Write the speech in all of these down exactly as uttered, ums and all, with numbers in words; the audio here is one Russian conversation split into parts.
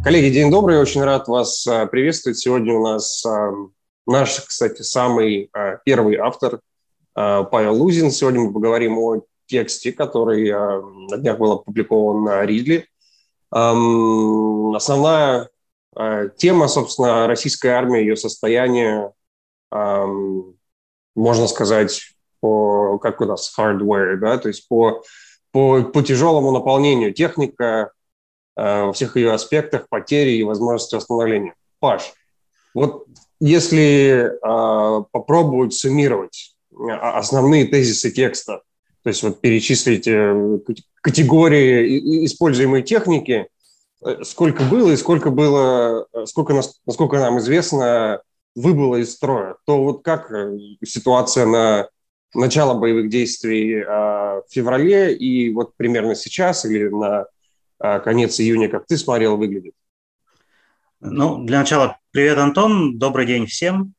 Коллеги, день добрый, очень рад вас а, приветствовать. Сегодня у нас а, наш, кстати, самый а, первый автор а, Павел Лузин. Сегодня мы поговорим о тексте, который а, на днях был опубликован на Ридли. Ам, основная а, тема, собственно, российская армия, ее состояние, ам, можно сказать, по, как у нас, hardware, да, то есть по, по, по тяжелому наполнению техника, во всех ее аспектах, потери и возможности восстановления. Паш, вот если э, попробовать суммировать основные тезисы текста, то есть вот перечислить э, категории используемой техники, сколько было и сколько было, сколько, насколько нам известно, выбыло из строя, то вот как ситуация на начало боевых действий э, в феврале и вот примерно сейчас или на конец июня, как ты смотрел, выглядит? Ну, для начала, привет, Антон, добрый день всем.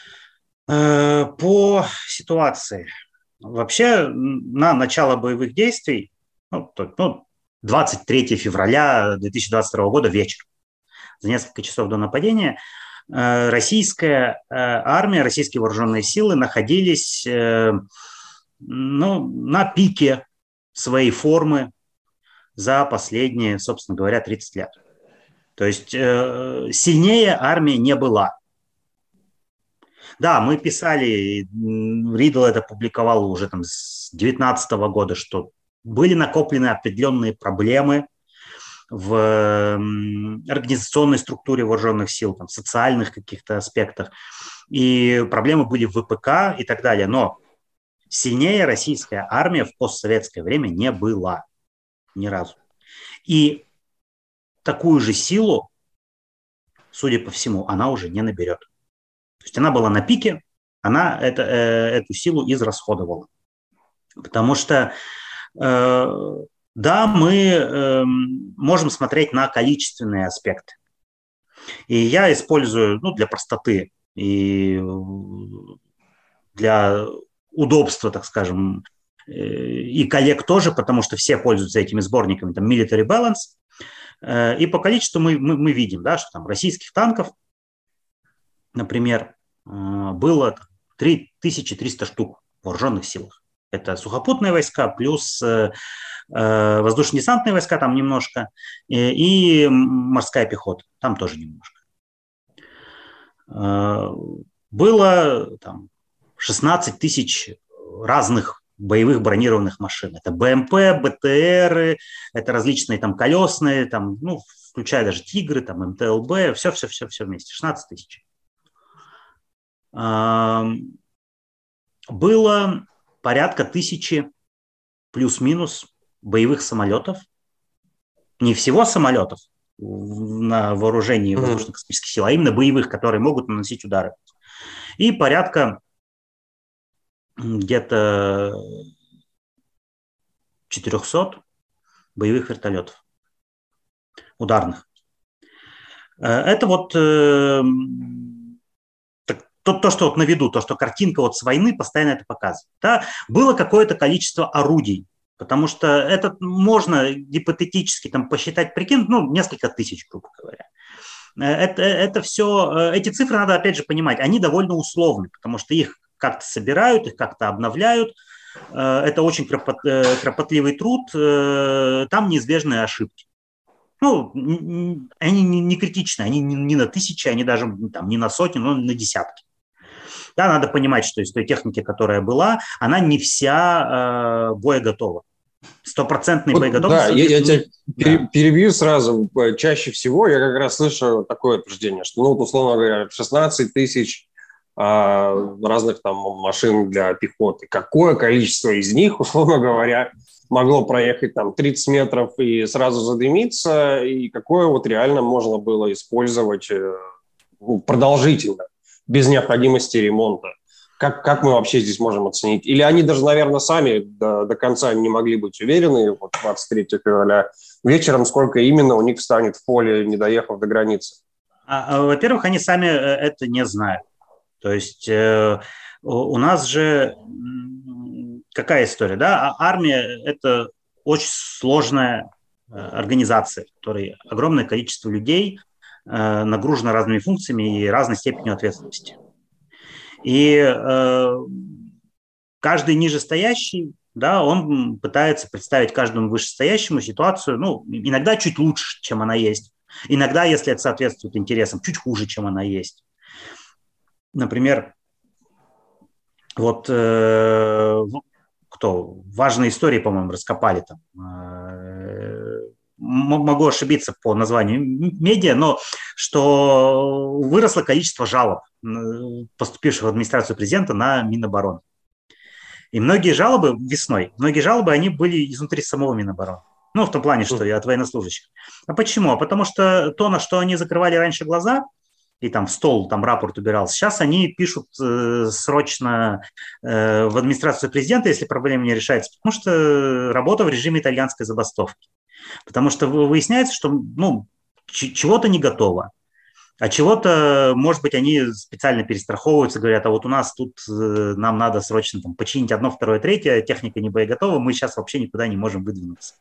По ситуации. Вообще, на начало боевых действий, ну, ну, двадцать третьего февраля две тысячи двадцать второго года вечер, за несколько часов до нападения, российская армия, российские вооруженные силы находились ну, на пике своей формы за последние, собственно говоря, тридцать лет. То есть э, сильнее армия не была. Да, мы писали, Ридл это публиковал уже там с две тысячи девятнадцатого года, что были накоплены определенные проблемы в э, организационной структуре вооруженных сил, там, в социальных каких-то аспектах. И проблемы были в ВПК и так далее. Но сильнее российская армия в постсоветское время не была ни разу. И такую же силу, судя по всему, она уже не наберет. То есть она была на пике, она это, э, эту силу израсходовала. Потому что, э, да, мы э, можем смотреть на количественные аспекты. И я использую, ну, для простоты и для удобства, так скажем, и коллег тоже, потому что все пользуются этими сборниками, там, Military Balance. И по количеству мы, мы, мы видим, да, что там российских танков, например, было три тысячи триста штук в вооруженных силах. Это сухопутные войска плюс воздушно-десантные войска, там немножко, и морская пехота, там тоже немножко. Было там шестнадцать тысяч разных боевых бронированных машин. Это БМП, БТРы, это различные там колесные, там, ну, включая даже Тигры, там, МТЛБ, все-все-все вместе, шестнадцать тысяч. Было порядка тысячи плюс-минус боевых самолетов. Не всего самолетов на вооружении воздушно-космических сил, а именно боевых, которые могут наносить удары. И порядка где-то четыреста боевых вертолетов ударных. Это вот э, то, то, что вот на виду, то, что картинка вот с войны постоянно это показывает. Да? Было какое-то количество орудий, потому что это можно гипотетически там посчитать, прикинуть, ну, несколько тысяч, грубо говоря. Это, это все, эти цифры надо опять же понимать, они довольно условны, потому что их как-то собирают, их как-то обновляют. Это очень кропотливый труд, там неизбежные ошибки. Ну, они не критичны, они не на тысячи, они даже там, не на сотни, но на десятки. Да, надо понимать, что из той техники, которая была, она не вся э, боеготова. Стопроцентной вот, боеготовности. Да, я, я тебя да. перебью сразу. Чаще всего я как раз слышу такое утверждение, что, ну, условно говоря, шестнадцать тысяч э, разных там машин для пехоты. Какое количество из них, условно говоря, могло проехать там тридцать метров и сразу задымиться, и какое вот реально можно было использовать э, продолжительно, без необходимости ремонта. Как, как мы вообще здесь можем оценить? Или они даже, наверное, сами до, до конца не могли быть уверены, вот двадцать третьего февраля вечером, сколько именно у них встанет в поле, не доехав до границы? А, а, во-первых, они сами это не знают. То есть э, у нас же какая история, да? Армия – это очень сложная организации, в которой огромное количество людей э, нагружено разными функциями и разной степенью ответственности. И э, каждый нижестоящий, да, он пытается представить каждому вышестоящему ситуацию, ну, иногда чуть лучше, чем она есть. Иногда, если это соответствует интересам, чуть хуже, чем она есть. Например, вот э, кто важные истории, по-моему, раскопали там. Э, могу ошибиться по названию медиа, но что выросло количество жалоб, поступивших в администрацию президента на Минобороны. И многие жалобы весной, многие жалобы, они были изнутри самого Минобороны. Ну, в том плане, что и от военнослужащих. А почему? А потому что то, на что они закрывали раньше глаза, и там в стол, там рапорт убирался, сейчас они пишут э, срочно э, в администрацию президента, если проблема не решается, потому что работа в режиме итальянской забастовки. Потому что выясняется, что ну, чего-то не готово. А чего-то, может быть, они специально перестраховываются, говорят, а вот у нас тут э, нам надо срочно там, починить одно, второе, третье, техника не боеготова, мы сейчас вообще никуда не можем выдвинуться.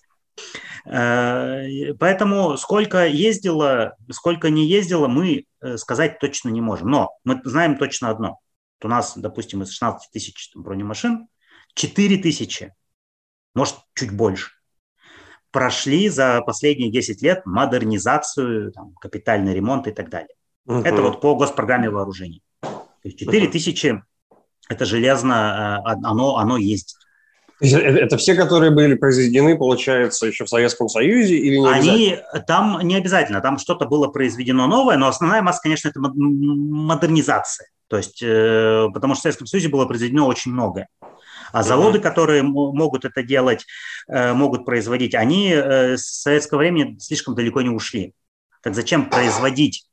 Э, поэтому сколько ездило, сколько не ездило, мы э, сказать точно не можем. Но мы знаем точно одно. Вот у нас, допустим, из шестнадцати тысяч там, бронемашин четыре тысячи, может, чуть больше, прошли за последние десять лет модернизацию, там, капитальный ремонт и так далее. Угу. Это вот по госпрограмме вооружений. четыре тысячи – это железно, оно, оно есть. Это все, которые были произведены, получается, еще в Советском Союзе или не Они, там не обязательно, там что-то было произведено новое, но основная масса, конечно, это модернизация. То есть, э, потому что в Советском Союзе было произведено очень многое. А заводы, uh-huh. которые могут это делать, могут производить, они с советского времени слишком далеко не ушли. Так зачем производить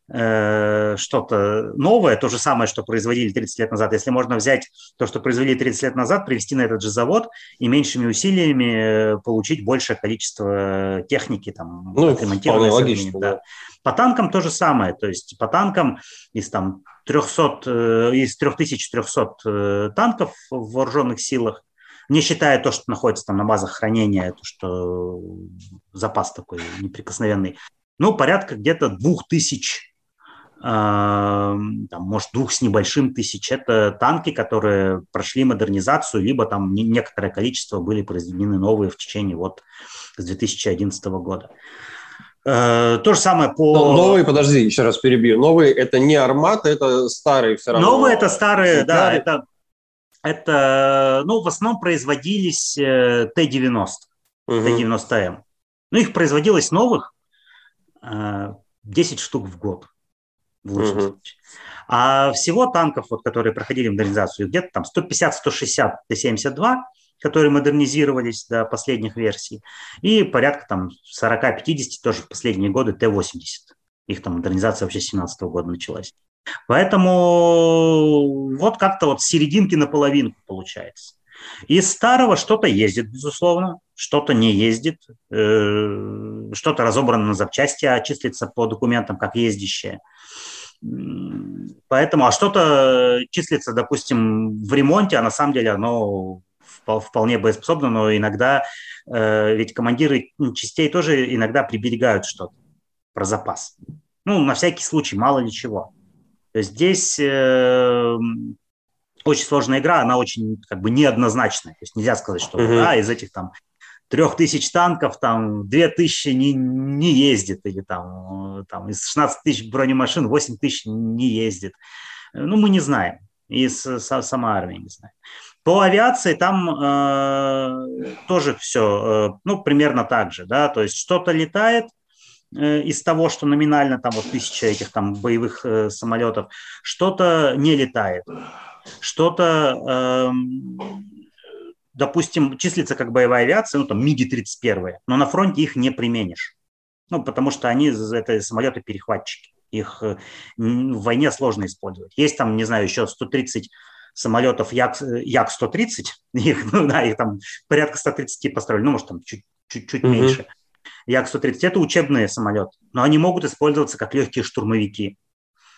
что-то новое, то же самое, что производили тридцать лет назад, если можно взять то, что произвели тридцать лет назад, привести на этот же завод и меньшими усилиями получить большее количество техники, там, ну, вполне логично, да. Да. По танкам то же самое, то есть по танкам из там трехсот, из трёх тысяч трёхсот танков в вооруженных силах, не считая то, что находится там на базах хранения, то, что запас такой неприкосновенный, ну, порядка где-то двух тысяч, э, там, может, двух с небольшим тысяч, это танки, которые прошли модернизацию, либо там некоторое количество были произведены новые в течение вот с две тысячи одиннадцатого года. То же самое по... Но новые, подожди, еще раз перебью. Новые – это не «Армата», это старые все равно. Новые – это старые, да, это, это, ну, в основном производились Т девяносто, угу. Т девяносто М. Ну, их производилось новых десять штук в год, в лучшем угу. случае. А всего танков, вот, которые проходили модернизацию, где-то там сто пятьдесят - сто шестьдесят Т семьдесят два, которые модернизировались до последних версий, и порядка там сорок - пятьдесят тоже в последние годы Т восемьдесят. Их там модернизация вообще с две тысячи семнадцатого года началась. Поэтому вот как-то вот с серединки наполовину получается. Из старого что-то ездит, безусловно, что-то не ездит, э, что-то разобрано на запчасти, а числится по документам как ездящее. Поэтому, а что-то числится, допустим, в ремонте, а на самом деле оно вполне боеспособно, но иногда, э, ведь командиры частей тоже иногда приберегают что-то про запас. Ну, на всякий случай, мало ли чего. То есть здесь э, очень сложная игра, она очень как бы неоднозначная. То есть нельзя сказать, что uh-huh. да, из этих там трех тысяч танков там две тысячи не, не ездит, или там, там из шестнадцати тысяч бронемашин восемь тысяч не ездит. Ну, мы не знаем. И с, с, сама армия не знает. По авиации там э, тоже все, э, ну, примерно так же, да, то есть что-то летает э, из того, что номинально там вот тысяча этих там боевых э, самолетов, что-то не летает, что-то, э, допустим, числится как боевая авиация, ну, там МиГи тридцать один, но на фронте их не применишь, ну, потому что они, это самолеты-перехватчики, их в войне сложно использовать. Есть там, не знаю, еще сто тридцать самолетов Як сто тридцать, их, ну, да, их там порядка ста тридцати построили, ну, может, там чуть-чуть mm-hmm. меньше. Як сто тридцать – это учебные самолеты, но они могут использоваться как легкие штурмовики.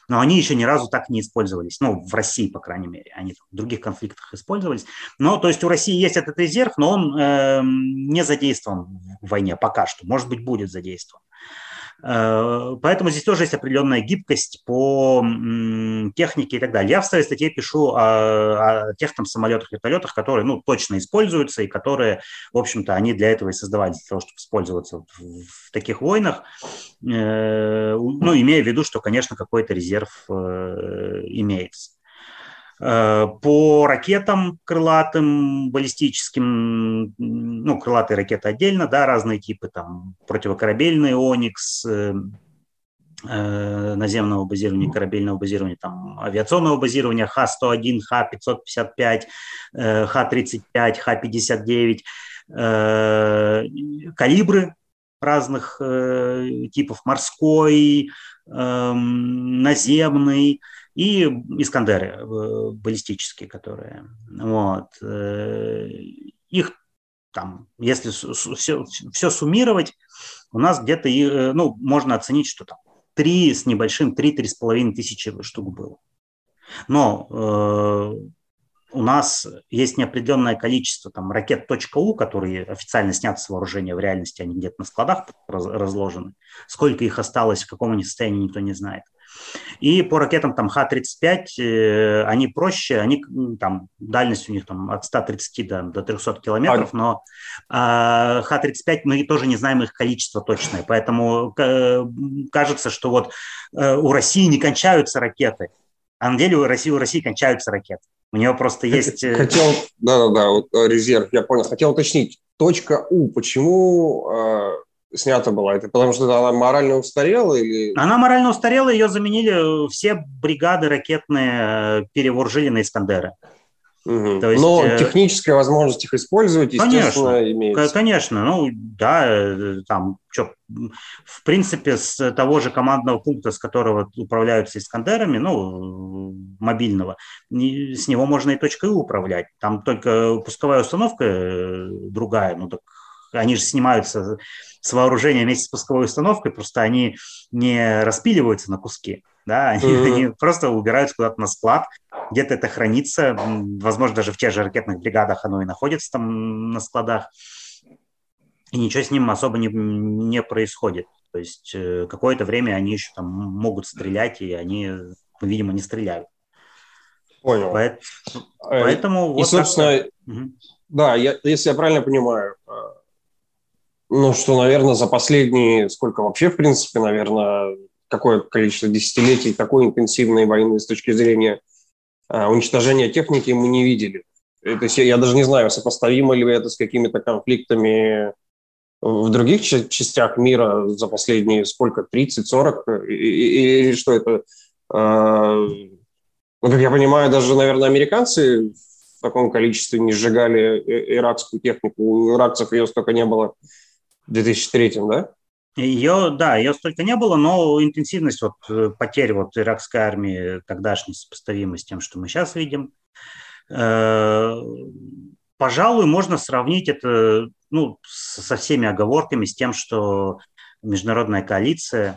но они еще ни разу так не использовались. Ну, в России, по крайней мере. Они в других конфликтах использовались. Но, то есть у России есть этот резерв, но он э, не задействован в войне пока что. Может быть, будет задействован. Поэтому здесь тоже есть определенная гибкость по технике и так далее. Я в своей статье пишу о, о тех там самолетах, вертолетах, которые ну, точно используются и которые, в общем-то, они для этого и создавались, для того, чтобы использоваться в, в таких войнах, ну, имея в виду, что, конечно, какой-то резерв имеется. По ракетам крылатым, баллистическим, ну, крылатые ракеты отдельно, да, разные типы, там, противокорабельные «Оникс», э, наземного базирования, корабельного базирования, там, авиационного базирования Х сто один, Х пятьсот пятьдесят пять, э, Х тридцать пять, Х пятьдесят девять, э, калибры разных э, типов, морской, э, наземный, и «Искандеры» баллистические, которые. Вот. Их там, если все, все суммировать, у нас где-то, ну, можно оценить, что там три с небольшим, три-три с половиной тысячи штук было. Но э, у нас есть неопределенное количество там, ракет .У, которые официально сняты с вооружения, в реальности они где-то на складах разложены. Сколько их осталось, в каком они состоянии, никто не знает. И по ракетам там Х тридцать пять э, они проще, они там дальность у них там от ста тридцати до, до трехсот километров, а... но э, Х тридцать пять мы тоже не знаем их количество точное, поэтому э, кажется, что вот э, у России не кончаются ракеты, а на деле у России, у России кончаются ракеты. У нее просто есть... Хотел, да-да-да, вот резерв, я понял. Хотел уточнить, точка У, почему э, снята была? Это потому что она морально устарела? Или... Она морально устарела, ее заменили все бригады ракетные, перевооружили на «Искандеры». Угу. То есть, но э... техническая возможность их использовать, естественно, конечно, имеется. Конечно, ну да, там, что, в принципе, с того же командного пункта, с которого управляются «Искандерами», ну, мобильного, с него можно и точкой У управлять. Там только пусковая установка другая, ну так они же снимаются с вооружения вместе с пусковой установкой, просто они не распиливаются на куски. Да, они, mm-hmm. они просто убираются куда-то на склад, где-то это хранится, возможно, даже в тех же ракетных бригадах оно и находится там на складах, и ничего с ним особо не, не происходит. То есть э, какое-то время они еще там могут стрелять, и они, видимо, не стреляют. Понял. Поэт, поэтому и, вот собственно, угу. да, я, если я правильно понимаю, ну, что, наверное, за последние, сколько вообще, в принципе, наверное, какое количество десятилетий такой интенсивной войны с точки зрения а, уничтожения техники мы не видели. То есть я, я даже не знаю, сопоставимо ли это с какими-то конфликтами в других частях мира за последние сколько, тридцать-сорок, или что это? А, ну, как я понимаю, даже, наверное, американцы в таком количестве не сжигали иракскую технику, у иракцев ее столько не было в две тысячи третьем, да? Ее, да, ее столько не было, но интенсивность вот, потерь вот, иракской армии тогдашней сопоставима с тем, что мы сейчас видим. Пожалуй, можно сравнить это ну, со всеми оговорками с тем, что международная коалиция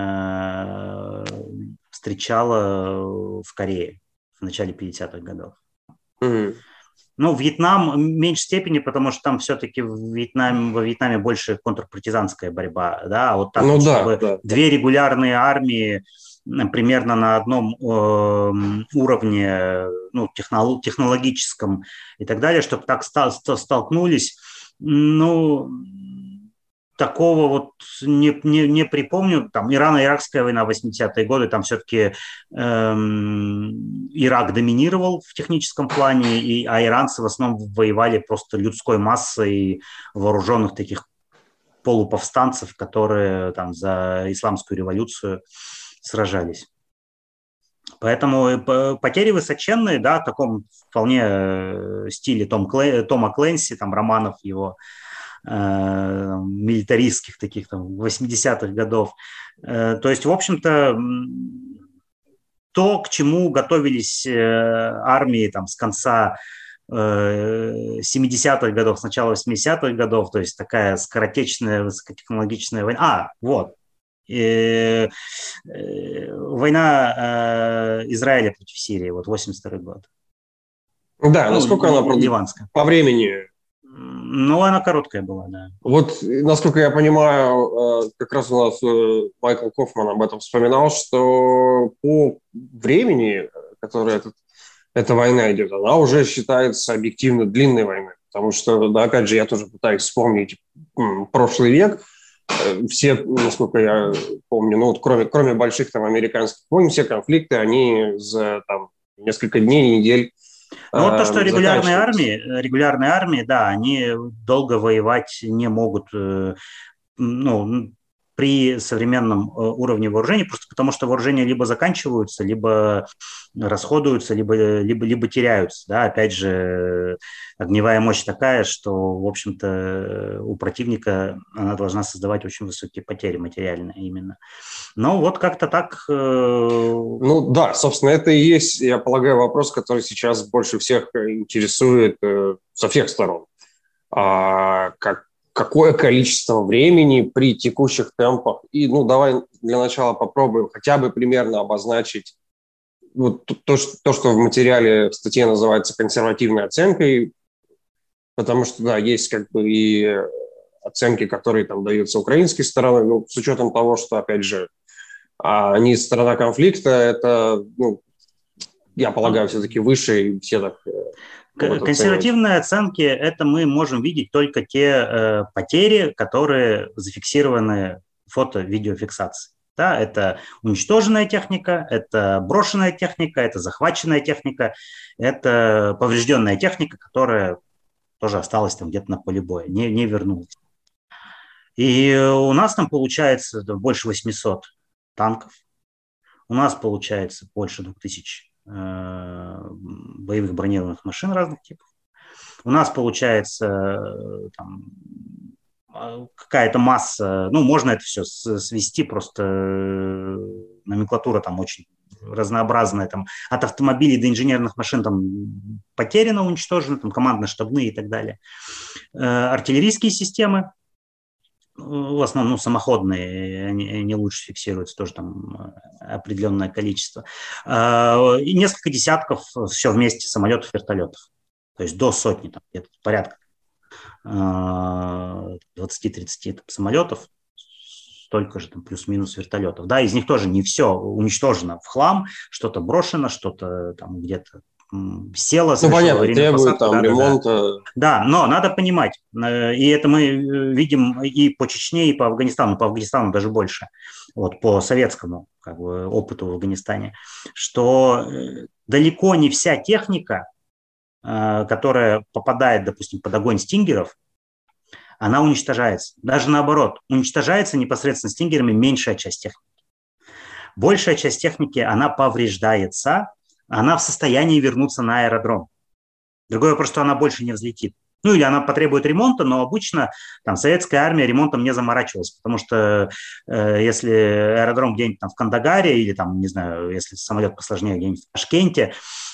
встречала в Корее в начале пятидесятых годов. Mm-hmm. Ну, Вьетнам в меньшей степени, потому что там все-таки в Вьетнаме, во Вьетнаме больше контрпартизанская борьба, да, а вот так, ну, вот, да, чтобы да. две регулярные армии примерно на одном э, уровне, ну, технолог, технологическом и так далее, чтобы так ста- столкнулись, ну, такого вот не, не, не припомню. Там Ирано-Иракская война, восьмидесятые годы, там все-таки эм, Ирак доминировал в техническом плане, и, а иранцы в основном воевали просто людской массой вооруженных таких полуповстанцев, которые там за исламскую революцию сражались. Поэтому потери высоченные, да, в таком вполне стиле Том Клэ, Тома Клэнси, там романов его, милитаристских таких там восьмидесятых годов. То есть, в общем-то, то, к чему готовились армии там, с конца семидесятых годов, с начала восьмидесятых годов, то есть такая скоротечная высокотехнологичная война. А, вот. И, в война э, Израиля против Сирии, вот восемьдесят второй год. Да, ну, насколько она ливанская. По времени? Ну, она короткая была, да. Вот, насколько я понимаю, как раз у нас Майкл Кофман об этом вспоминал, что по времени, которое этот, эта война идет, она уже считается объективно длинной войной. Потому что, да, опять же, я тоже пытаюсь вспомнить прошлый век. Все, насколько я помню, ну вот кроме, кроме больших там американских войн, все конфликты, они за там, несколько дней, недель. Ну вот то, что регулярные армии, регулярные армии, да, они долго воевать не могут, ну, при современном уровне вооружения, просто потому что вооружения либо заканчиваются, либо расходуются, либо, либо, либо теряются. Да? Опять же, огневая мощь такая, что, в общем-то, у противника она должна создавать очень высокие потери материальные именно. Но вот как-то так... Ну да, собственно, это и есть, я полагаю, вопрос, который сейчас больше всех интересует со всех сторон. А, как какое количество времени при текущих темпах. И, ну, давай для начала попробуем хотя бы примерно обозначить вот то, что, то, что в материале в статье называется консервативной оценкой, потому что, да, есть как бы и оценки, которые там даются украинской стороной, ну, с учетом того, что, опять же, они сторона конфликта, это, ну, я полагаю, все-таки выше, и все так... Консервативные оценки – это мы можем видеть только те э, потери, которые зафиксированы фото-видеофиксацией. Да, это уничтоженная техника, это брошенная техника, это захваченная техника, это поврежденная техника, которая тоже осталась там где-то на поле боя, не, не вернулась. И у нас там получается больше восьмисот танков, у нас получается больше двух тысяч боевых бронированных машин разных типов. У нас получается там, какая-то масса, ну, можно это все свести, просто номенклатура там очень разнообразная, там, от автомобилей до инженерных машин там потеряно, уничтожено, там, командно-штабные и так далее. Артиллерийские системы, в основном, ну, самоходные, они, они лучше фиксируются, тоже там определенное количество. И несколько десятков все вместе самолетов, вертолетов. То есть до сотни, там, где-то порядка двадцать-тридцать самолетов, столько же там плюс-минус вертолетов. Да, из них тоже не все уничтожено в хлам, что-то брошено, что-то там где-то село, ну, понятно, требует там да, ремонта. Да, да, но надо понимать, и это мы видим и по Чечне, и по Афганистану, по Афганистану даже больше, вот, по советскому как бы, опыту в Афганистане, что далеко не вся техника, которая попадает, допустим, под огонь стингеров, она уничтожается. Даже наоборот, уничтожается непосредственно стингерами меньшая часть техники. Большая часть техники, она повреждается, она в состоянии вернуться на аэродром. Другой вопрос, что она больше не взлетит. Ну, или она потребует ремонта, но обычно там советская армия ремонтом не заморачивалась, потому что э, если аэродром где-нибудь там в Кандагаре или там, не знаю, если самолет посложнее где-нибудь в Ташкенте,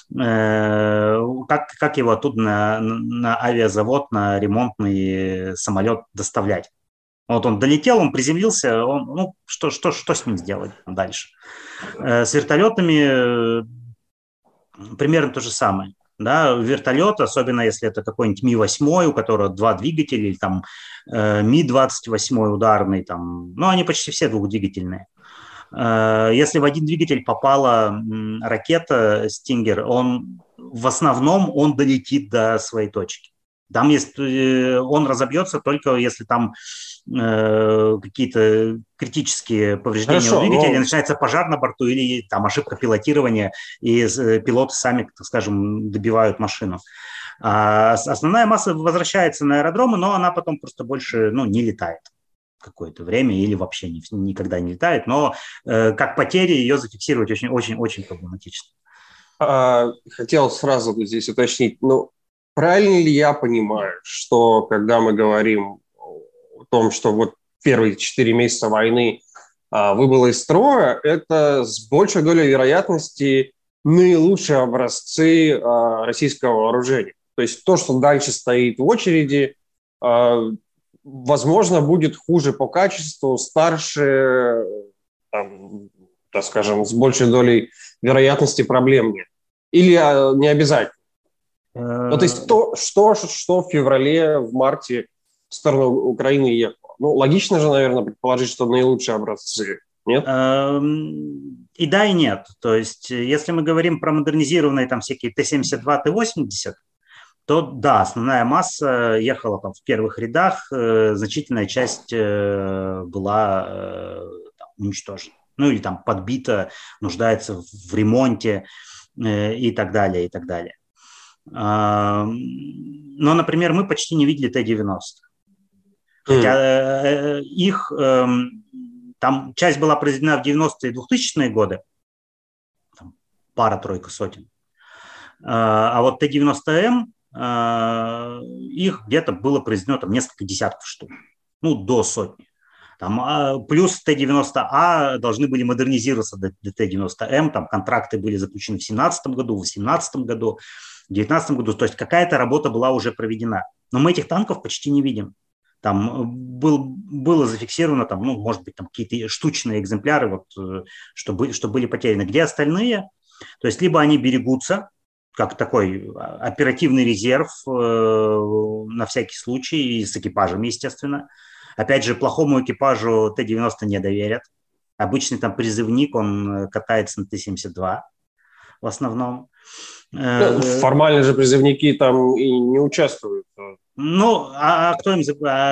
э, как, как его оттуда на, на авиазавод, на ремонтный самолет доставлять? Вот он долетел, он приземлился, он, ну, что, что, что с ним сделать дальше? Э, с вертолетами примерно то же самое. Да, вертолет, особенно если это какой-нибудь Ми восемь, у которого два двигателя, или там э, Ми двадцать восемь ударный, там, ну, они почти все двухдвигательные. Э, если в один двигатель попала м, ракета Стингер, он в основном он долетит до своей точки. Там есть, э, он разобьется только если там э, какие-то критические повреждения Хорошо, у двигателя, но... начинается пожар на борту или там ошибка пилотирования, и э, пилоты сами, так скажем, добивают машину. А основная масса возвращается на аэродромы, но она потом просто больше ну, не летает какое-то время или вообще не, никогда не летает. Но э, как потери ее зафиксировать очень-очень-очень проблематично. А, хотел сразу здесь уточнить, ну, правильно ли я понимаю, что когда мы говорим о том, что вот первые четыре месяца войны а, выбыло из строя, это с большей долей вероятности наилучшие образцы а, российского вооружения. То есть то, что дальше стоит в очереди, а, возможно, будет хуже по качеству, старше, там, так скажем, с большей долей вероятности проблемнее? Или а, не обязательно? Ну, то есть то, что, что в феврале, в марте в сторону Украины ехало? Ну, логично же, наверное, предположить, что наилучшие образцы, нет? И да, и нет. То есть если мы говорим про модернизированные там всякие Т семьдесят два, Т восемьдесят, то да, основная масса ехала там в первых рядах, э, значительная часть э, была э, там, уничтожена. Ну или там подбита, нуждается в ремонте э, и так далее, и так далее. Э, но, например, мы почти не видели Т девяносто. Хотя э, их, э, там часть была произведена в девяностые и двухтысячные годы, там, пара-тройка сотен. Э, а вот Т девяносто М, их где-то было произведено там несколько десятков штук, ну, до сотни. Там, плюс Т девяносто А должны были модернизироваться до, до Т девяносто М, там контракты были заключены в семнадцатом году, в восемнадцатом году, в девятнадцатом году, то есть какая-то работа была уже проведена. Но мы этих танков почти не видим. Там был, было зафиксировано, там, ну, может быть, там какие-то штучные экземпляры, вот, что, были, что были потеряны. Где остальные? То есть либо они берегутся, как такой оперативный резерв э, на всякий случай, и с экипажами, естественно. Опять же, плохому экипажу Т девяносто не доверят. Обычный там призывник, он катается на Т семьдесят два в основном. Ну, формально же призывники там и не участвуют. Ну, а, а кто им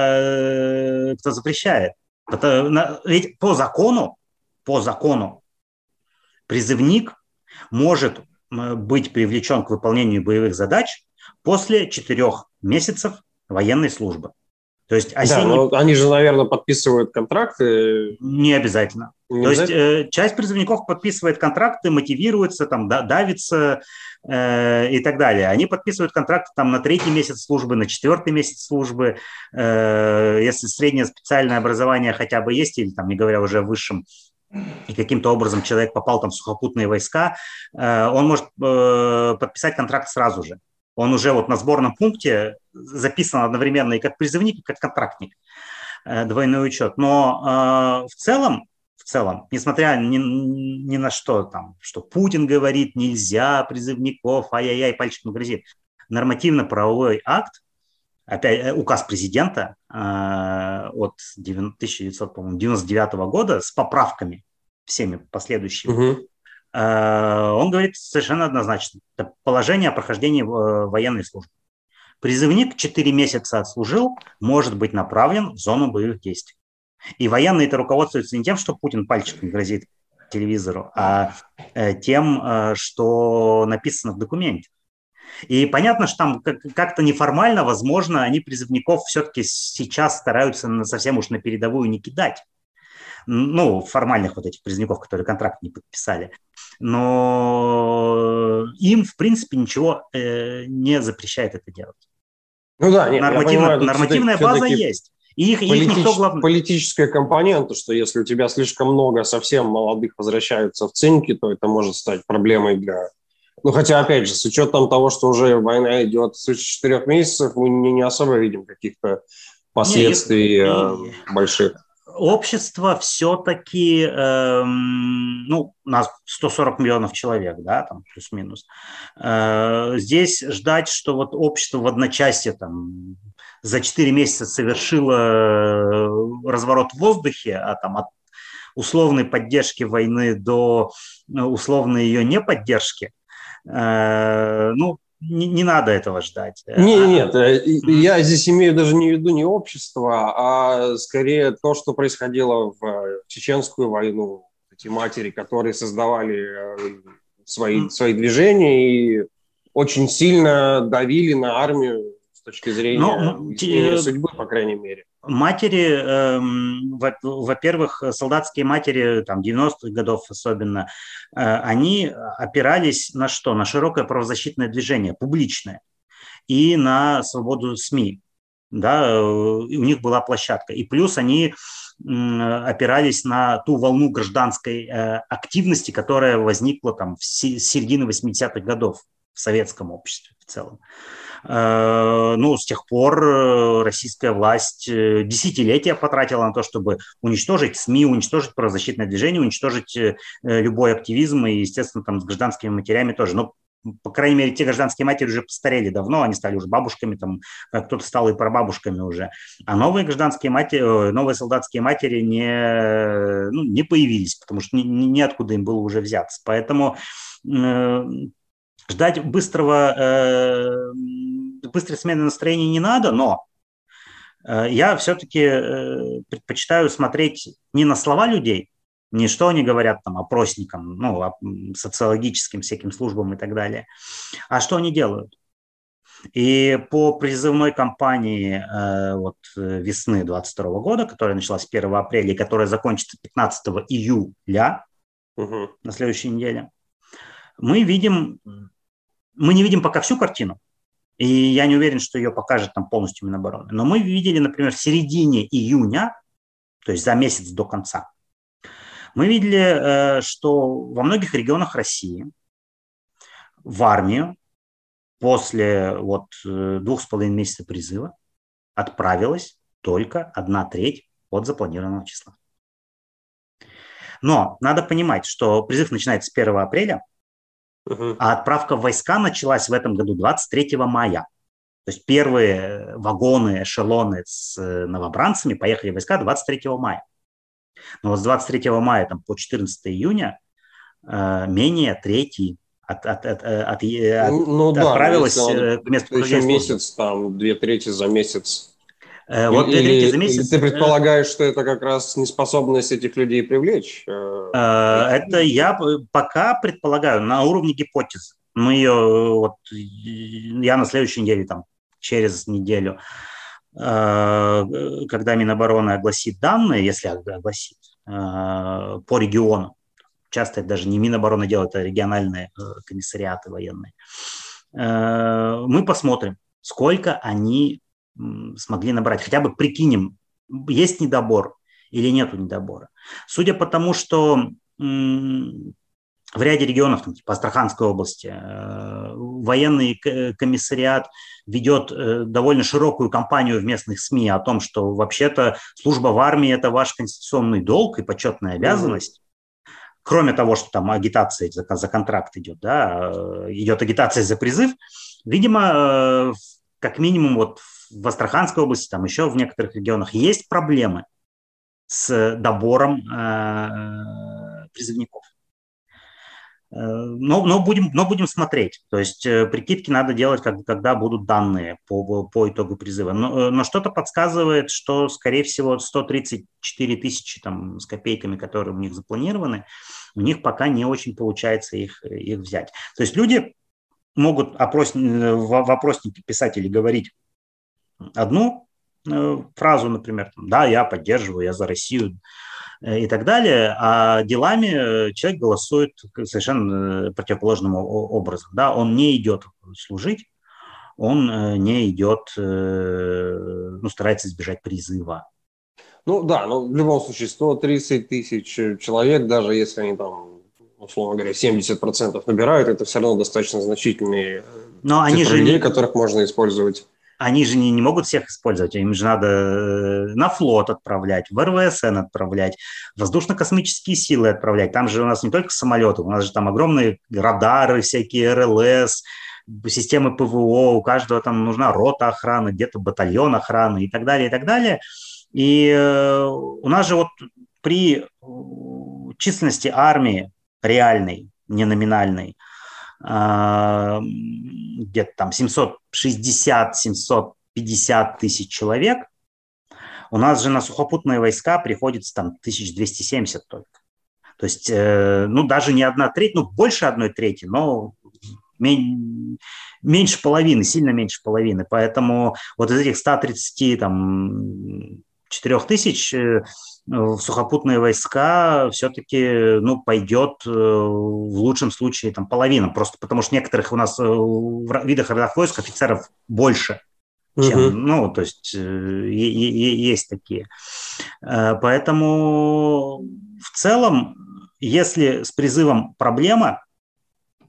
а, кто запрещает? Это, ведь по закону, по закону призывник может быть привлечен к выполнению боевых задач после четырех месяцев военной службы. То есть осенний... Да, но они же, наверное, подписывают контракты. Не обязательно. Не То обязательно? есть э, часть призывников подписывает контракты, мотивируется, там, да, давится э, и так далее. Они подписывают контракты там, на третий месяц службы, на четвертый месяц службы. Э, если среднее специальное образование хотя бы есть, или, там, не говоря уже о высшем, и каким-то образом человек попал там в сухопутные войска, э, он может э, подписать контракт сразу же. Он уже вот на сборном пункте записан одновременно и как призывник, и как контрактник, э, двойной учет. Но э, в целом, в целом, несмотря ни, ни на что, там, что Путин говорит, нельзя призывников, ай-яй-яй, пальчиком грозит, нормативно-правовой акт, опять указ президента э, от тысяча девятьсот девяносто девятого года с поправками всеми последующими, угу. э, он говорит совершенно однозначно. Это положение о прохождении э, военной службы. Призывник четыре месяца отслужил, может быть направлен в зону боевых действий. И военные-то руководствуются не тем, что Путин пальчиком грозит телевизору, а э, тем, э, что написано в документе. И понятно, что там как-то неформально, возможно, они призывников все-таки сейчас стараются совсем уж на передовую не кидать. Ну, формальных вот этих призывников, которые контракт не подписали. Но им, в принципе, ничего э, не запрещает это делать. Ну да, нет, Нормативно, я понимаю, нормативная база есть. И их, политич, их никто главное... Политическая компонента, что если у тебя слишком много совсем молодых возвращаются в цинки, то это может стать проблемой для... Ну, хотя, опять же, с учетом того, что уже война идет свыше четырех месяцев, мы не, не особо видим каких-то последствий не, э, больших. Общество все-таки, эм, ну, у нас сто сорок миллионов человек, да, там плюс-минус. Э, здесь ждать, что вот общество в одночасье там за четыре месяца совершило разворот в воздухе, а там от условной поддержки войны до условной ее неподдержки, э, ну, Не, не надо этого ждать. Нет, нет, я здесь имею даже не в виду не общество, а скорее то, что происходило в Чеченскую войну. Эти матери, которые создавали свои, свои движения и очень сильно давили на армию с точки зрения Но, изменения судьбы, по крайней мере. Матери, э, во-первых, солдатские матери, там, девяностых годов особенно, э, они опирались на что? На широкое правозащитное движение, публичное, и на свободу СМИ. Да, у них была площадка. И плюс они э, опирались на ту волну гражданской э, активности, которая возникла там, с середины восьмидесятых годов в советском обществе в целом. Ну, с тех пор российская власть десятилетия потратила на то, чтобы уничтожить СМИ, уничтожить правозащитное движение, уничтожить любой активизм и, естественно, там с гражданскими матерями тоже. Но, по крайней мере, те гражданские матери уже постарели давно, они стали уже бабушками, там кто-то стал и прабабушками уже. А новые гражданские матери, новые солдатские матери не, ну, не появились, потому что ни, ни, неоткуда им было уже взяться. Поэтому э, ждать быстрого, э, быстрой смены настроения не надо, но э, я все-таки э, предпочитаю смотреть не на слова людей, не что они говорят там опросникам, ну, социологическим всяким службам и так далее, а что они делают. И по призывной кампании э, вот, весны двадцать второго года, которая началась с первого апреля и которая закончится пятнадцатого июля угу. на следующей неделе, мы видим, мы не видим пока всю картину, и я не уверен, что ее покажет там полностью Минобороны, но мы видели, например, в середине июня, то есть за месяц до конца, мы видели, что во многих регионах России в армию после вот двух с половиной месяцев призыва отправилась только одна треть от запланированного числа. Но надо понимать, что призыв начинается с первого апреля, uh-huh. а отправка в войска началась в этом году двадцать третьего мая. То есть первые вагоны, эшелоны с новобранцами поехали в войска двадцать третьего мая. Но вот с двадцать третьего мая там, по четырнадцатого июня э, менее трети от, от, от, от, ну, ну, отправилось да, к месту еще месяц, там, две трети за месяц. Э, вот две или, трети за месяц. Или ты предполагаешь, что это как раз неспособность этих людей привлечь? Э, это я пока предполагаю на уровне гипотезы. Мы ее, вот, я на следующей неделе, там, через неделю, когда Минобороны огласит данные, если огласит, по региону, часто это даже не Минобороны делают, а региональные комиссариаты военные, мы посмотрим, сколько они смогли набрать. Хотя бы прикинем, есть недобор или нету недобора. Судя по тому, что в ряде регионов, там, типа Астраханской области, э, военный комиссариат ведет э, довольно широкую кампанию в местных СМИ о том, что вообще-то служба в армии – это ваш конституционный долг и почетная обязанность. Mm-hmm. Кроме того, что там агитация за, за контракт идет, да, идет агитация за призыв, видимо, э, как минимум вот в Астраханской области, там еще в некоторых регионах есть проблемы с добором э, призывников. Но, но, будем, но будем смотреть. То есть прикидки надо делать, как, когда будут данные по, по итогу призыва. Но, но что-то подсказывает, что, скорее всего, сто тридцать четыре тысячи там, с копейками, которые у них запланированы, у них пока не очень получается их, их взять. То есть люди могут опрос... в опроснике писать или говорить одну фразу, например, там, да, я поддерживаю, я за Россию, и так далее, а делами человек голосует совершенно противоположным образом. Да? Он не идет служить, он не идет, ну, старается избежать призыва. Ну да, но в любом случае сто тридцать тысяч человек, даже если они там, условно говоря, семьдесят процентов набирают, это все равно достаточно значительные но цифры они же людей, не... которых можно использовать. Они же не, не могут всех использовать, им же надо на флот отправлять, в эр вэ эс эн отправлять, воздушно-космические силы отправлять. Там же у нас не только самолеты, у нас же там огромные радары, всякие эр эл эс, системы пэ вэ о, у каждого там нужна рота охраны, где-то батальон охраны и так далее, и так далее. И э, у нас же вот при численности армии реальной, не номинальной, где-то там семьсот шестьдесят - семьсот пятьдесят тысяч человек, у нас же на сухопутные войска приходится там тысяча двести семьдесят только. То есть, э, ну, даже не одна треть, ну, больше одной трети, но мен- меньше половины, сильно меньше половины. Поэтому вот из этих ста тридцати четырёх тысяч в сухопутные войска все-таки, ну, пойдет в лучшем случае там половина, просто потому что некоторых у нас в видах родов войск офицеров больше, чем, uh-huh. ну, то есть есть такие. Поэтому в целом, если с призывом проблема,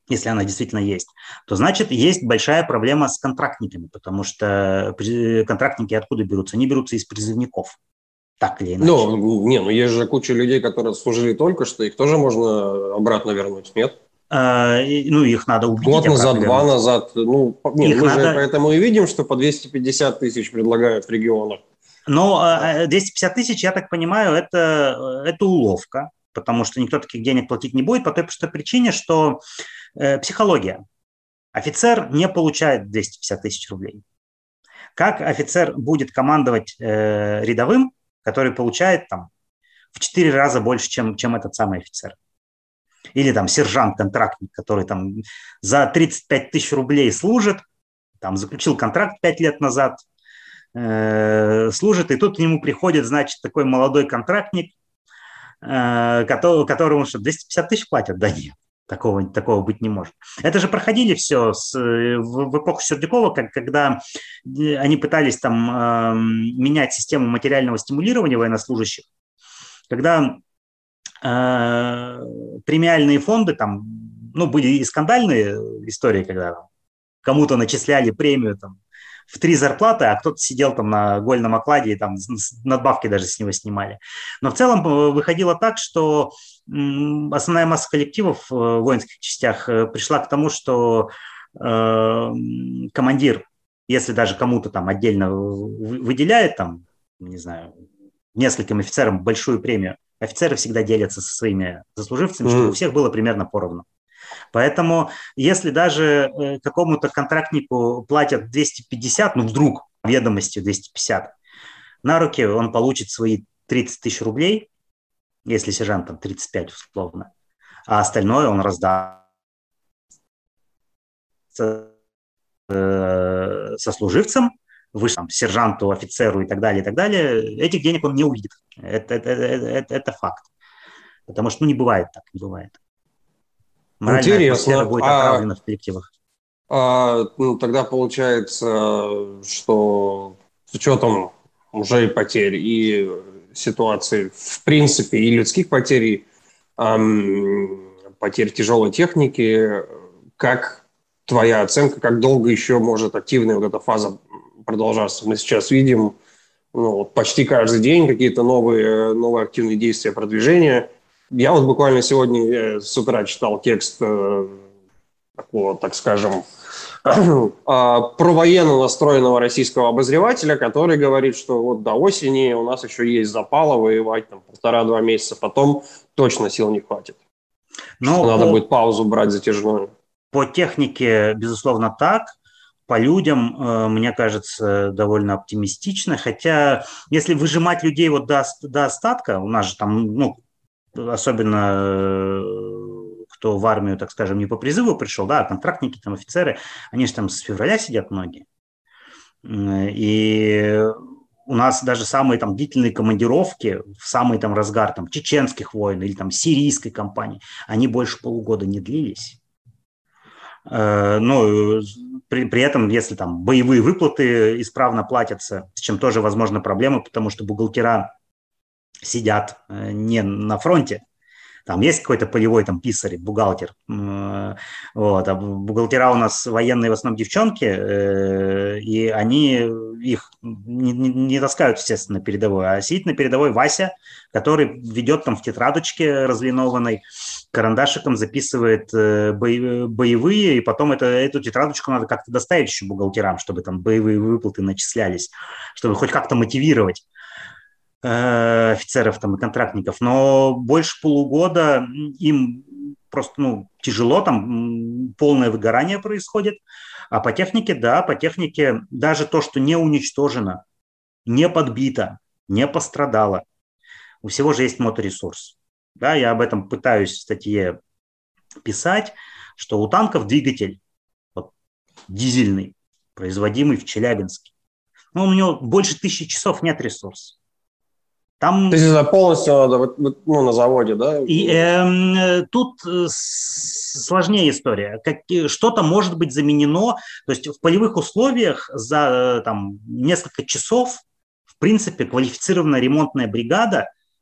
если она действительно есть, то значит есть большая проблема с контрактниками, потому что контрактники откуда берутся? Они берутся из призывников, так или иначе. Ну, не, ну есть же куча людей, которые служили только что, их тоже можно обратно вернуть, нет? А, ну, их надо убедить. Год назад, два назад. Ну, нет, их мы надо... же поэтому и видим, что по двести пятьдесят тысяч предлагают в регионах. Но двести пятьдесят тысяч, я так понимаю, это, это уловка, потому что никто таких денег платить не будет по той простой причине, что э, психология. Офицер не получает двести пятьдесят тысяч рублей. Как офицер будет командовать э, рядовым, который получает там в четыре раза больше, чем, чем этот самый офицер? Или там сержант-контрактник, который там за тридцать пять тысяч рублей служит, там заключил контракт пять лет назад, э, служит, и тут к нему приходит, значит, такой молодой контрактник, э, который, которому что, двести пятьдесят тысяч платят? Да нет. Такого, такого быть не может. Это же проходили все с, в, в эпоху Сердюкова, как, когда они пытались там э, менять систему материального стимулирования военнослужащих, когда э, премиальные фонды, там, ну, были и скандальные истории, когда кому-то начисляли премию там, в три зарплаты, а кто-то сидел там на гольном окладе и там надбавки даже с него снимали. Но в целом выходило так, что основная масса коллективов в воинских частях пришла к тому, что э, командир, если даже кому-то там отдельно выделяет, там, не знаю, нескольким офицерам большую премию, офицеры всегда делятся со своими заслуживцами, mm. чтобы у всех было примерно поровну. Поэтому если даже э, какому-то контрактнику платят двести пятьдесят, ну вдруг ведомостью двести пятьдесят, на руки он получит свои тридцать тысяч рублей, если сержант там тридцать пять условно, а остальное он раздаст э, сослуживцам, выше, там, сержанту, офицеру и так далее, и так далее. Этих денег он не увидит. Это, это, это, это, это факт. Потому что ну, не бывает так, не бывает. Моральная Интересно. атмосфера будет отравлена а, в коллективах. А, ну, тогда получается, что с учетом уже и потерь, и ситуации, в принципе, и людских потерь, и эм, потерь тяжелой техники, как твоя оценка, как долго еще может активная вот эта фаза продолжаться? Мы сейчас видим ну, почти каждый день какие-то новые, новые активные действия, продвижения. Я вот буквально сегодня с утра читал текст э, такого, так скажем, э, провоенно настроенного российского обозревателя, который говорит, что вот до осени у нас еще есть запала воевать, там полтора-два месяца, потом точно сил не хватит. Но что по, надо будет паузу брать затяжную. По технике, безусловно, так. По людям, э, мне кажется, довольно оптимистично. Хотя, если выжимать людей вот до, до остатка, у нас же там, ну, особенно кто в армию, так скажем, не по призыву пришел, да, контрактники, там, офицеры, они же там с февраля сидят многие. И у нас даже самые там длительные командировки в самый там разгар там чеченских войн или там сирийской кампании, они больше полугода не длились. Но при, при этом, если там боевые выплаты исправно платятся, с чем тоже возможна проблема, потому что бухгалтера сидят не на фронте, там есть какой-то полевой там писарь, бухгалтер, вот, а бухгалтера у нас военные в основном девчонки, и они их не, не, не таскают, естественно, на передовой, а сидит на передовой Вася, который ведет там в тетрадочке разлинованной, карандашиком записывает боевые, и потом это, эту тетрадочку надо как-то доставить еще бухгалтерам, чтобы там боевые выплаты начислялись, чтобы хоть как-то мотивировать офицеров там и контрактников, но больше полугода им просто ну, тяжело, там полное выгорание происходит, а по технике, да, по технике даже то, что не уничтожено, не подбито, не пострадало, у всего же есть моторесурс. Да, я об этом пытаюсь в статье писать, что у танков двигатель вот, дизельный, производимый в Челябинске, но у него больше тысячи часов нет ресурса. Там... То есть это полностью надо, ну, на заводе, да? И э, тут сложнее история. Как, что-то может быть заменено. То есть в полевых условиях за там, несколько часов, в принципе, квалифицированная ремонтная бригада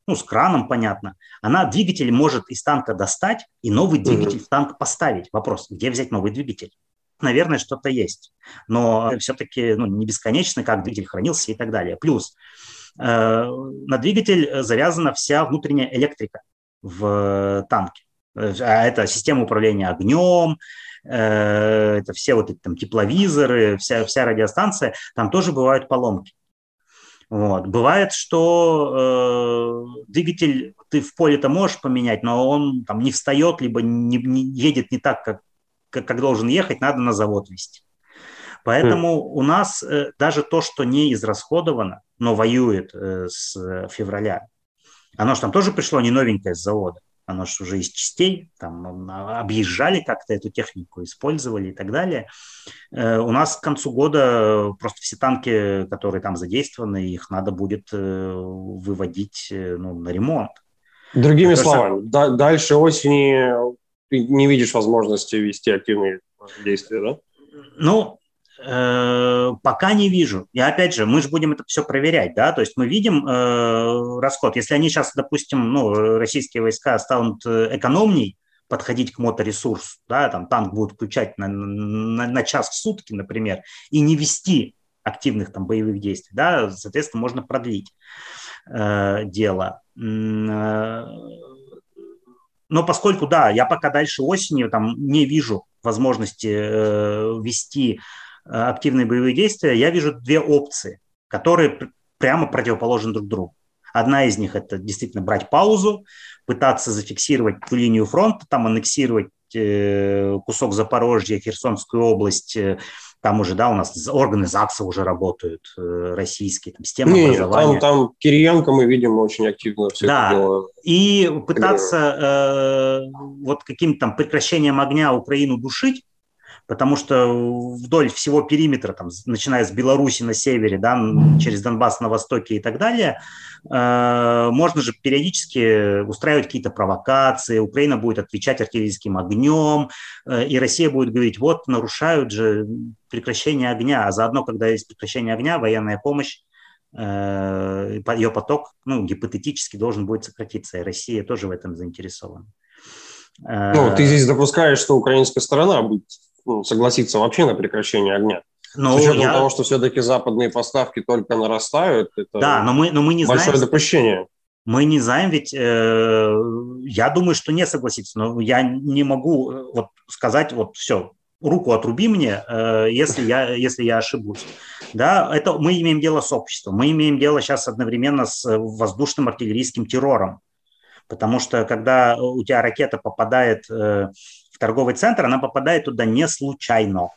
ну, с краном, понятно, она двигатель может из танка достать и новый двигатель mm-hmm. в танк поставить. Вопрос, где взять новый двигатель? Наверное, что-то есть, но все-таки ну, не бесконечно, как двигатель хранился и так далее. Плюс э, на двигатель завязана вся внутренняя электрика в танке. А это система управления огнем, э, это все вот эти там тепловизоры, вся, вся радиостанция, там тоже бывают поломки. Вот. Бывает, что э, двигатель ты в поле-то можешь поменять, но он там не встает, либо не, не едет не так, как, как, как должен ехать, надо на завод везти. Поэтому mm. у нас э, даже то, что не израсходовано, но воюет э, с февраля, оно же там тоже пришло не новенькое с завода, оно же уже из частей, там объезжали как-то эту технику, использовали и так далее. Э, у нас к концу года просто все танки, которые там задействованы, их надо будет э, выводить э, ну, на ремонт. Другими Это словами, же... да, дальше осени ты не видишь возможности вести активные действия, да? Ну, э, пока не вижу. И опять же, мы же будем это все проверять, да, то есть мы видим э, расход. Если они сейчас, допустим, ну, российские войска станут экономней подходить к моторесурсу, да, там танк будут включать на, на, на час в сутки, например, и не вести активных там боевых действий, да, соответственно, можно продлить э, дело. Но поскольку, да, я пока дальше осенью там не вижу возможности э, вести э, активные боевые действия, я вижу две опции, которые пр- прямо противоположны друг другу. Одна из них – это действительно брать паузу, пытаться зафиксировать ту линию фронта, там аннексировать э, кусок Запорожья, Херсонскую область, э, там уже, да, у нас органы ЗАГСа уже работают, э, российские, там, система не, образования. Там, там Кириенко мы видим очень активно все да, это дело. И пытаться э, вот каким-то там прекращением огня Украину душить, потому что вдоль всего периметра, там, начиная с Беларуси на севере, да, через Донбасс на востоке и так далее, э, можно же периодически устраивать какие-то провокации, Украина будет отвечать артиллерийским огнем, э, и Россия будет говорить, вот нарушают же прекращение огня, а заодно, когда есть прекращение огня, военная помощь, э, ее поток, ну, гипотетически должен будет сократиться, и Россия тоже в этом заинтересована. Ну, ты здесь допускаешь, что украинская сторона будет ну, согласиться вообще на прекращение огня. Но С учетом я... того, что все-таки западные поставки только нарастают, это да, но мы, но мы не большое знаем, допущение. Мы не знаем, ведь э, я думаю, что не согласится, но я не могу вот сказать, вот все, руку отруби мне, э, если, я, если я ошибусь. Да, это мы имеем дело с обществом, мы имеем дело сейчас одновременно с воздушным артиллерийским террором, потому что когда у тебя ракета попадает э, в торговый центр, она попадает туда не случайно.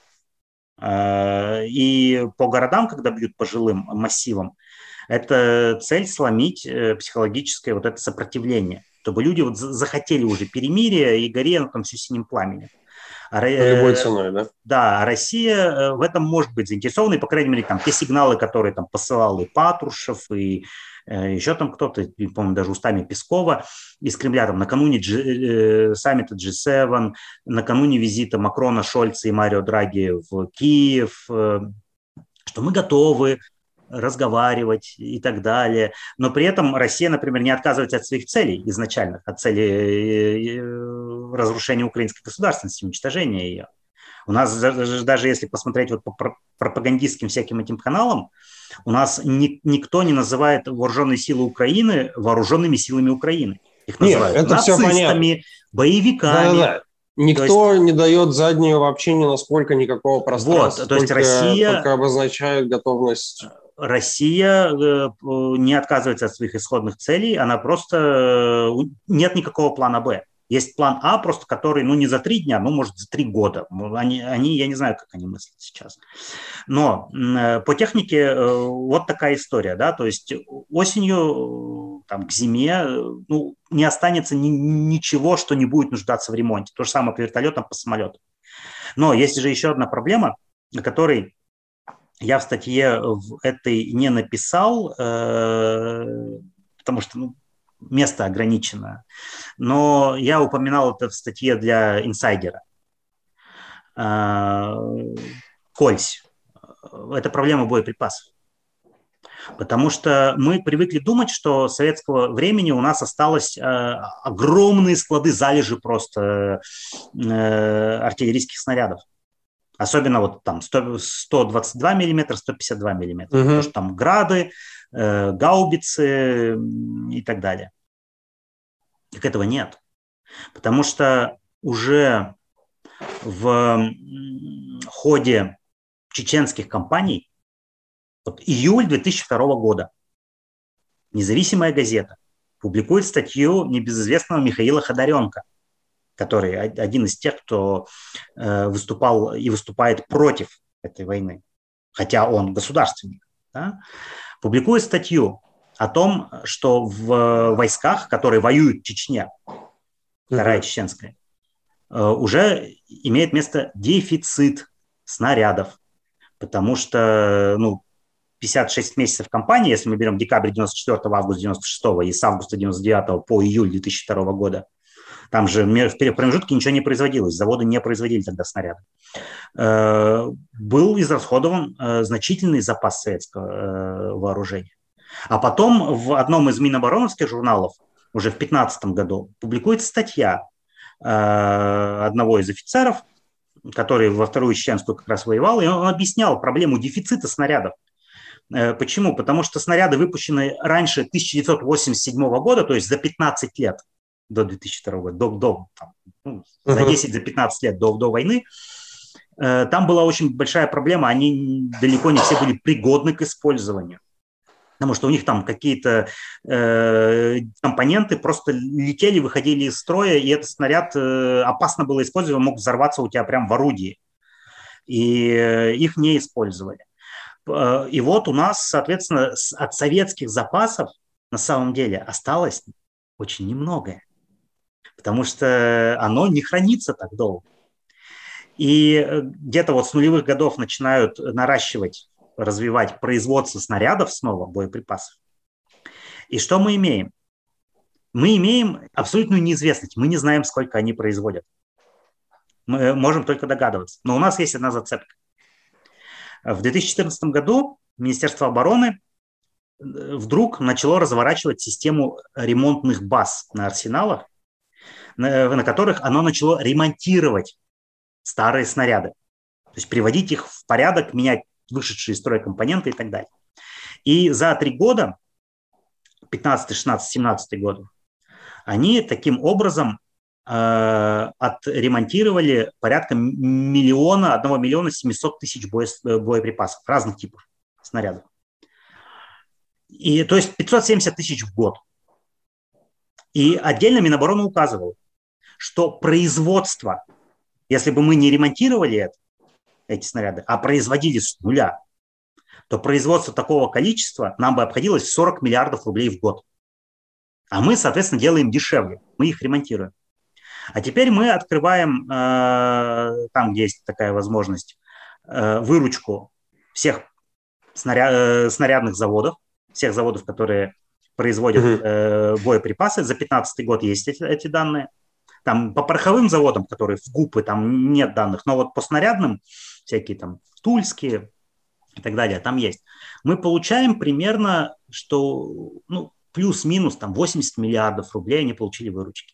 Э, и по городам, когда бьют по жилым массивам, это цель сломить э, психологическое вот это сопротивление, чтобы люди вот захотели уже перемирия и горе ну, там все синим пламенем. А, любой ценой, да? Да, Россия в этом может быть заинтересована, и, по крайней мере, там те сигналы, которые там посылал и Патрушев, и э, еще там кто-то, по-моему, даже устами Пескова из Кремля, там накануне G, э, саммита джи семь, накануне визита Макрона, Шольца и Марио Драги в Киев, э, что мы готовы разговаривать и так далее. Но при этом Россия, например, не отказывается от своих целей изначальных, от цели разрушения украинской государственности, уничтожения ее. У нас даже если посмотреть вот по пропагандистским всяким этим каналам, у нас ни, никто не называет вооруженные силы Украины вооруженными силами Украины. Их называют Нет, это нацистами, боевиками. Да-да-да. Никто есть, не дает заднюю вообще ни насколько никакого пространства. Вот, то есть Россия только обозначает готовность. Россия э, не отказывается от своих исходных целей, она просто э, нет никакого плана Б. Есть план А, просто который, ну, не за три дня, ну, может, за три года. Они, они, я не знаю, как они мыслят сейчас. Но э, по технике э, вот такая история, да, то есть осенью, там, к зиме, ну, не останется ни, ничего, что не будет нуждаться в ремонте. То же самое по вертолетам, по самолетам. Но есть же еще одна проблема, о которой я в статье в этой не написал, э, потому что, ну, место ограничено. Но я упоминал это в статье для инсайдера. Кольсь. Это проблема боеприпасов. Потому что мы привыкли думать, что с советского времени у нас осталось э, огромные склады, залежи просто э, артиллерийских снарядов. Особенно вот там сто двадцать два миллиметра, сто пятьдесят два миллиметра. Угу. Потому что там грады, э, гаубицы и так далее. Так этого нет. Потому что уже в ходе чеченских кампаний, вот июль две тысячи второго года, независимая газета публикует статью небезызвестного Михаила Ходоренко, который один из тех, кто выступал и выступает против этой войны, хотя он государственник, да, публикует статью о том, что в войсках, которые воюют в Чечне, Вторая чеченская, уже имеет место дефицит снарядов, потому что, ну, пятьдесят шесть месяцев кампании, если мы берем декабрь девяносто четвёртого, август девяносто шестого и с августа девяносто девятого по июль две тысячи второго года, там же в промежутке ничего не производилось, заводы не производили тогда снаряды. Был израсходован значительный запас советского вооружения. А потом в одном из минобороновских журналов уже в две тысячи пятнадцатом году публикуется статья одного из офицеров, который во Вторую Чеченскую как раз воевал, и он объяснял проблему дефицита снарядов. Почему? Потому что снаряды, выпущенные раньше тысяча девятьсот восемьдесят седьмого года, то есть за пятнадцать лет до две тысячи второго года, до, до, там, ну, за десять-пятнадцать лет до, до войны, там была очень большая проблема, они далеко не все были пригодны к использованию. Потому что у них там какие-то э, компоненты просто летели, выходили из строя, и этот снаряд э, опасно было использовать, мог взорваться у тебя прямо в орудии. И э, их не использовали. И вот у нас, соответственно, от советских запасов на самом деле осталось очень немногое, потому что оно не хранится так долго. И где-то вот с нулевых годов начинают наращивать, развивать производство снарядов снова, боеприпасов. И что мы имеем? Мы имеем абсолютную неизвестность. Мы не знаем, сколько они производят. Мы можем только догадываться. Но у нас есть одна зацепка. В две тысячи четырнадцатом году Министерство обороны вдруг начало разворачивать систему ремонтных баз на арсеналах, на, на которых оно начало ремонтировать старые снаряды. То есть приводить их в порядок, менять вышедшие из строя компоненты и так далее. И за три года, пятнадцатый, шестнадцатый, семнадцатый годы, они таким образом э, отремонтировали порядка миллиона, одного миллиона семисот тысяч бое, боеприпасов, разных типов снарядов. И, то есть пятьсот семьдесят тысяч в год. И отдельно Минобороны указывал, что производство, если бы мы не ремонтировали это, эти снаряды, а производили с нуля, то производство такого количества нам бы обходилось в сорок миллиардов рублей в год. А мы, соответственно, делаем дешевле, мы их ремонтируем. А теперь мы открываем, э, там, где есть такая возможность, э, выручку всех снаряд, э, снарядных заводов, всех заводов, которые производят э, боеприпасы. За две тысячи пятнадцатый год есть эти, эти данные. Там по пороховым заводам, которые в ГУПы, там нет данных, но вот по снарядным, всякие там тульские и так далее, там есть. Мы получаем примерно, что, ну, плюс-минус там восемьдесят миллиардов рублей они получили выручки.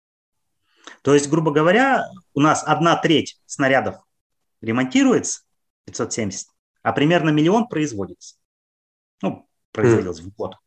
То есть, грубо говоря, у нас одна треть снарядов ремонтируется, пятьсот семьдесят, а примерно миллион производится. Ну, производилось mm. в год.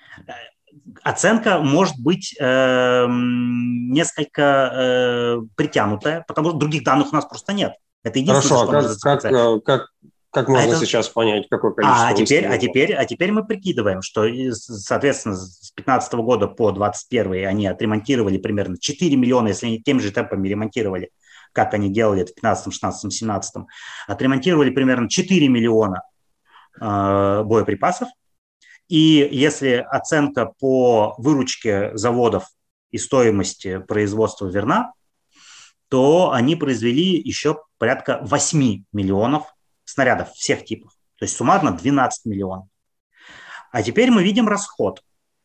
Оценка может быть э, несколько э, притянутая, потому что других данных у нас просто нет. Это единственное, Хорошо, что а как, как, как, как можно а это... сейчас понять, какое количество? А теперь, а, теперь, а теперь мы прикидываем, что, соответственно, с две тысячи пятнадцатого года по двадцать первый они отремонтировали примерно четыре миллиона, если они теми же темпами ремонтировали, как они делали это в пятнадцатом, шестнадцатом, семнадцатом, отремонтировали примерно четыре миллиона э, боеприпасов. И если оценка по выручке заводов и стоимости производства верна, то они произвели еще порядка восемь миллионов снарядов всех типов. То есть суммарно двенадцать миллионов. А теперь мы видим расход.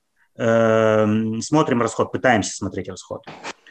Смотрим расход, пытаемся смотреть расход.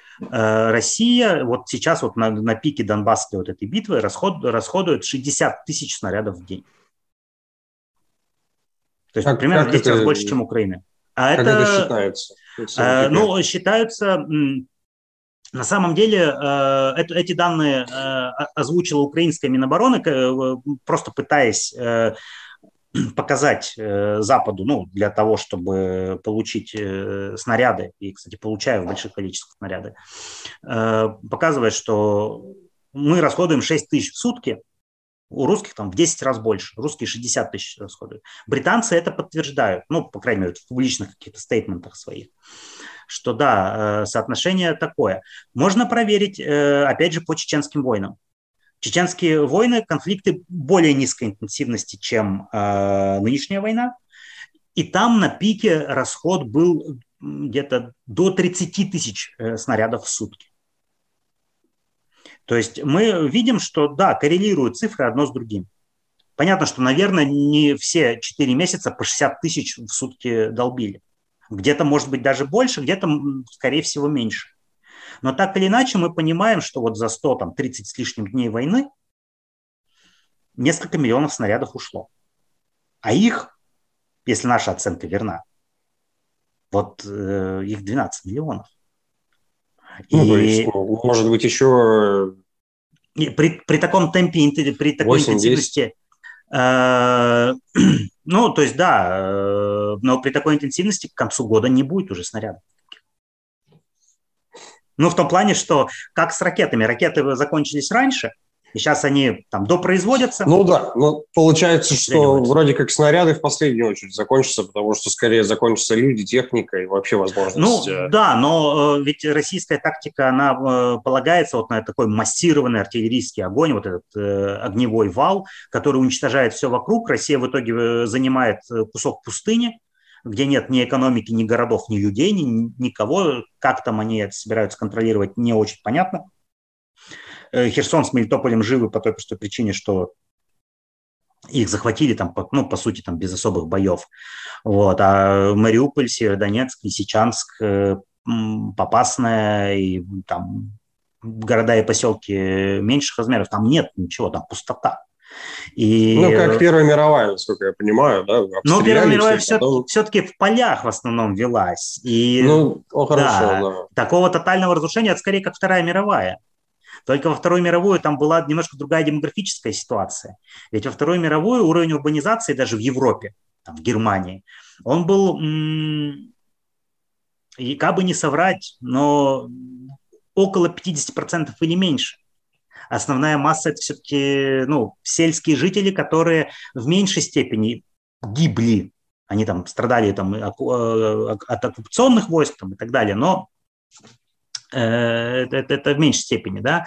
Россия вот сейчас вот на, на пике Донбасской вот этой битвы расход, расходует шестьдесят тысяч снарядов в день. То есть как, примерно как в десять это, раз больше, чем Украина. А как это, это считается? Э, ну, считаются... На самом деле э, это, эти данные э, озвучила украинская Минобороны, э, просто пытаясь э, показать э, Западу, ну, для того, чтобы получить э, снаряды, и, кстати, получаю в больших количествах снаряды, э, показывает, что мы расходуем шесть тысяч в сутки, у русских там в десять раз больше, русские шестьдесят тысяч расходуют. Британцы это подтверждают, ну, по крайней мере, в публичных каких-то стейтментах своих, что да, соотношение такое. Можно проверить, опять же, по чеченским войнам. Чеченские войны, конфликты более низкой интенсивности, чем нынешняя война. И там на пике расход был где-то до тридцать тысяч снарядов в сутки. То есть мы видим, что да, коррелируют цифры одно с другим. Понятно, что, наверное, не все четыре месяца по шестьдесят тысяч в сутки долбили. Где-то, может быть, даже больше, где-то, скорее всего, меньше. Но так или иначе мы понимаем, что вот за сто тридцать с лишним дней войны несколько миллионов снарядов ушло. А их, если наша оценка верна, вот э, их двенадцать миллионов. Ну, и, то есть, может быть, еще... При, при таком темпе, при такой интенсивности... Э, ну, то есть, да, э, но при такой интенсивности к концу года не будет уже снарядов. Ну, в том плане, что как с ракетами. Ракеты закончились раньше, и сейчас они там допроизводятся. Ну да, но получается, что вроде как снаряды в последнюю очередь закончатся, потому что скорее закончатся люди, техника и вообще возможность. Ну да, но э, ведь российская тактика, она э, полагается вот на такой массированный артиллерийский огонь, вот этот э, огневой вал, который уничтожает все вокруг. Россия в итоге занимает кусок пустыни, где нет ни экономики, ни городов, ни людей, ни никого. Как там они это собираются контролировать, не очень понятно. Херсон с Мелитополем живы по той простой причине, что их захватили там, ну, по сути, там без особых боев. Вот. А Мариуполь, Северодонецк, Лисичанск, Попасная и там города и поселки меньших размеров, там нет ничего, там пустота. И... Ну, как Первая мировая, насколько я понимаю, да? Но Первая мировая все, потом... все-таки в полях в основном велась. И, ну, о, хорошо, да, да. Такого тотального разрушения, это скорее как Вторая мировая. Только во Вторую мировую там была немножко другая демографическая ситуация. Ведь во Вторую мировую уровень урбанизации даже в Европе, там, в Германии, он был, м- и как бы не соврать, но около пятьдесят процентов или меньше. Основная масса – это все-таки ну, сельские жители, которые в меньшей степени гибли. Они там страдали там, от оккупационных войск там, и так далее, но Это, это, это в меньшей степени, да,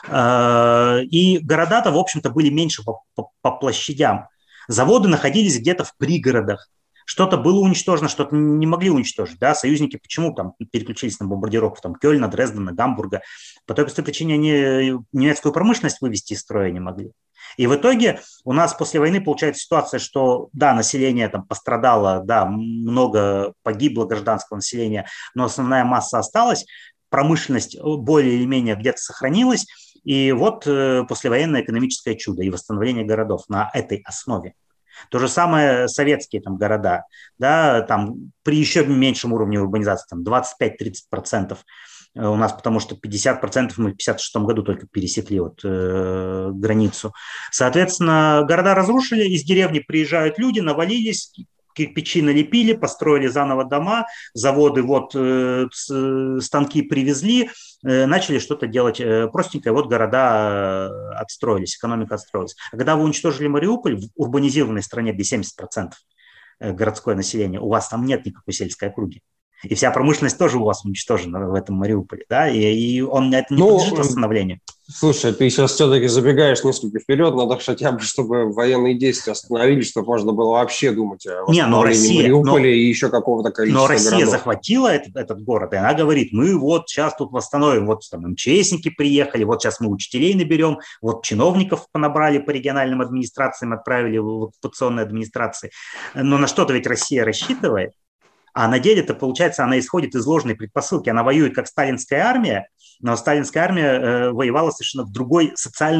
и города-то, в общем-то, были меньше по, по, по площадям. Заводы находились где-то в пригородах, что-то было уничтожено, что-то не могли уничтожить, да, союзники почему там переключились на бомбардировку там Кёльна, Дрездена, Гамбурга, по той простой причине они немецкую промышленность вывести из строя не могли. И в итоге у нас после войны получается ситуация, что да, население там пострадало, да, много погибло гражданского населения, но основная масса осталась, промышленность более или менее где-то сохранилась, и вот э, послевоенное экономическое чудо и восстановление городов на этой основе. То же самое советские там города, да, там при еще меньшем уровне урбанизации, там двадцать пять - тридцать процентов у нас, потому что пятьдесят процентов мы в пятьдесят шестом году только пересекли вот, э, границу. Соответственно, города разрушили, из деревни приезжают люди, навалились, кирпичи налепили, построили заново дома, заводы, вот э, станки привезли, э, начали что-то делать э, простенькое, вот города э, отстроились, экономика отстроилась. А когда вы уничтожили Мариуполь в урбанизированной стране, где семьдесят процентов городское население, у вас там нет никакой сельской округи. И вся промышленность тоже у вас уничтожена в этом Мариуполе, да, и, и он это не ну, подлежит восстановлению. Слушай, ты сейчас все-таки забегаешь несколько вперед, надо хотя бы, чтобы военные действия остановились, чтобы можно было вообще думать о восстановлении Мариуполя но, и еще какого-то количества Но Россия городов. захватила этот, этот город, и она говорит, мы вот сейчас тут восстановим, вот там МЧСники приехали, вот сейчас мы учителей наберем, вот чиновников понабрали по региональным администрациям, отправили в оккупационные администрации. Но на что-то ведь Россия рассчитывает. А на деле-то, получается, она исходит из ложной предпосылки. Она воюет как сталинская армия, но сталинская армия э, воевала совершенно в другой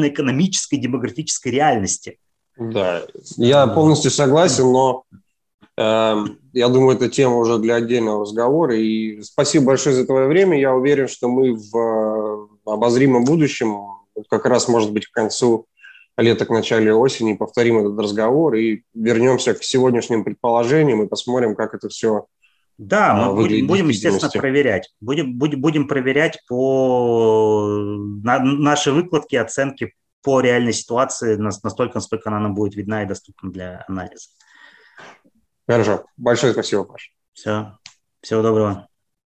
социально-экономической, демографической реальности. Да, я полностью согласен, но Я думаю, это тема уже для отдельного разговора. И спасибо большое за твое время. Я уверен, что мы в обозримом будущем, как раз, может быть, к концу лета, к начале осени, повторим этот разговор и вернемся к сегодняшним предположениям и посмотрим, как это все Да, мы выглядит будем, в будем, естественно, действительности. проверять. Будем, будем, будем проверять по на, наши выкладки, оценки по реальной ситуации настолько, насколько она нам будет видна и доступна для анализа. Хорошо. Большое спасибо, Паш. Все. Всего доброго.